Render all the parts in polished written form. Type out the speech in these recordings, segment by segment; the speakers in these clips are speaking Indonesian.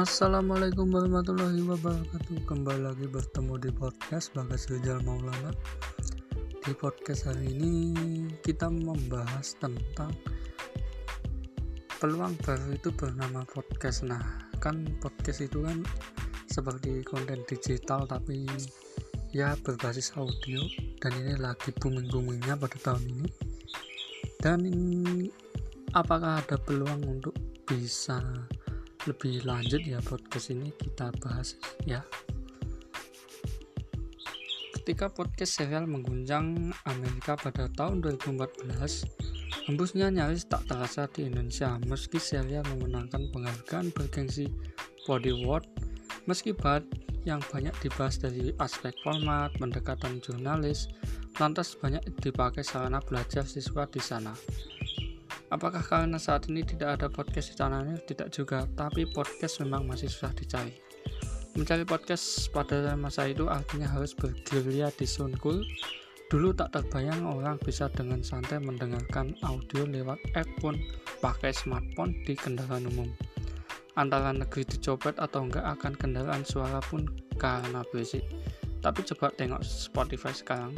Assalamualaikum warahmatullahi wabarakatuh. Kembali lagi bertemu di podcast Bagas Rizal Maulana. Di podcast hari ini kita membahas tentang peluang baru itu bernama podcast. Nah, kan podcast itu kan seperti konten digital tapi ya berbasis audio, dan ini lagi booming-boomingnya pada tahun ini. Dan apakah ada peluang untuk bisa lebih lanjut ya podcast ini kita bahas ya. Ketika podcast serial mengguncang Amerika pada tahun 2014, hembusnya nyaris tak terasa di Indonesia. Meski serial memenangkan penghargaan bergengsi Body Award, meski yang banyak dibahas dari aspek format, pendekatan jurnalis, lantas banyak dipakai sarana belajar siswa di sana. Apakah karena saat ini tidak ada podcast di tanah air? Tidak juga, tapi podcast memang masih susah dicari. Mencari podcast pada masa itu artinya harus bergerilya di Soundcool. Dulu tak terbayang orang bisa dengan santai mendengarkan audio lewat earphone pakai smartphone di kendaraan umum. Antara negeri dicopet atau enggak akan kendaraan suara pun karena berisik. Tapi coba tengok Spotify sekarang.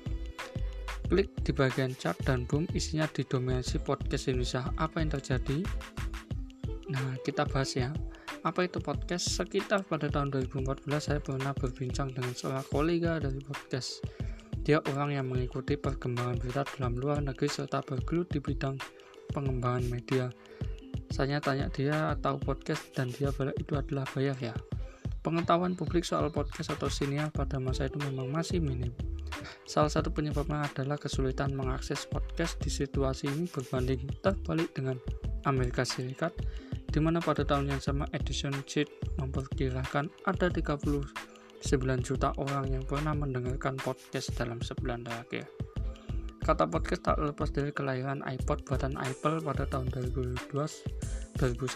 Klik di bagian chart dan boom, isinya didominasi podcast Indonesia. Apa yang terjadi? Nah, kita bahas ya. Apa itu podcast? Sekitar pada tahun 2014 saya pernah berbincang dengan seorang kolega dari podcast. Dia orang yang mengikuti perkembangan berita dalam luar negeri serta bergelut di bidang pengembangan media. Saya tanya dia tahu podcast dan dia bilang itu adalah bayar ya. Pengetahuan publik soal podcast atau siniar pada masa itu memang masih minim. Salah satu penyebabnya adalah kesulitan mengakses podcast. Di situasi ini berbanding terbalik dengan Amerika Serikat, di mana pada tahun yang sama Edison Sheet memperkirakan ada 39 juta orang yang pernah mendengarkan podcast dalam sebulan terakhir. Kata podcast tak lepas dari kelahiran iPod buatan Apple pada tahun 2001.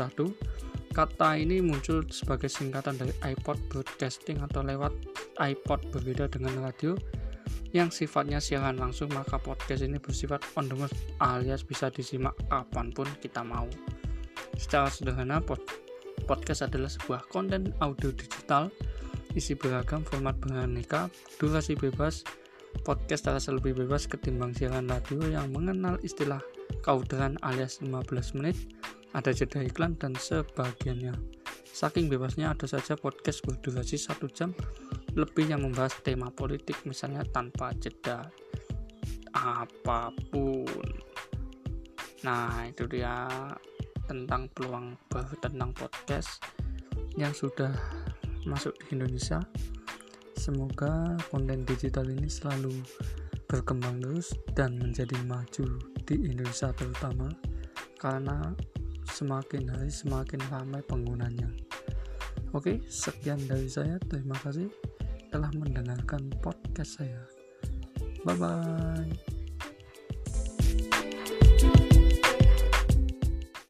Kata ini muncul sebagai singkatan dari iPod Broadcasting atau lewat iPod. Berbeda dengan radio yang sifatnya siaran langsung, maka podcast ini bersifat on demand alias bisa disimak kapanpun kita mau. Secara sederhana, podcast adalah sebuah konten audio digital, isi beragam, format beraneka, durasi bebas. Podcast terasa lebih bebas ketimbang siaran radio yang mengenal istilah kauderan alias 15 menit, ada jeda iklan dan sebagiannya. Saking bebasnya ada saja podcast berdurasi 1 jam lebih yang membahas tema politik misalnya tanpa jeda apapun. Nah, itu dia tentang peluang baru tentang podcast yang sudah masuk di Indonesia. Semoga konten digital ini selalu berkembang terus dan menjadi maju di Indonesia terutama, karena semakin hari semakin ramai penggunanya. Oke, sekian dari saya. Terima kasih telah mendengarkan podcast saya. Bye bye.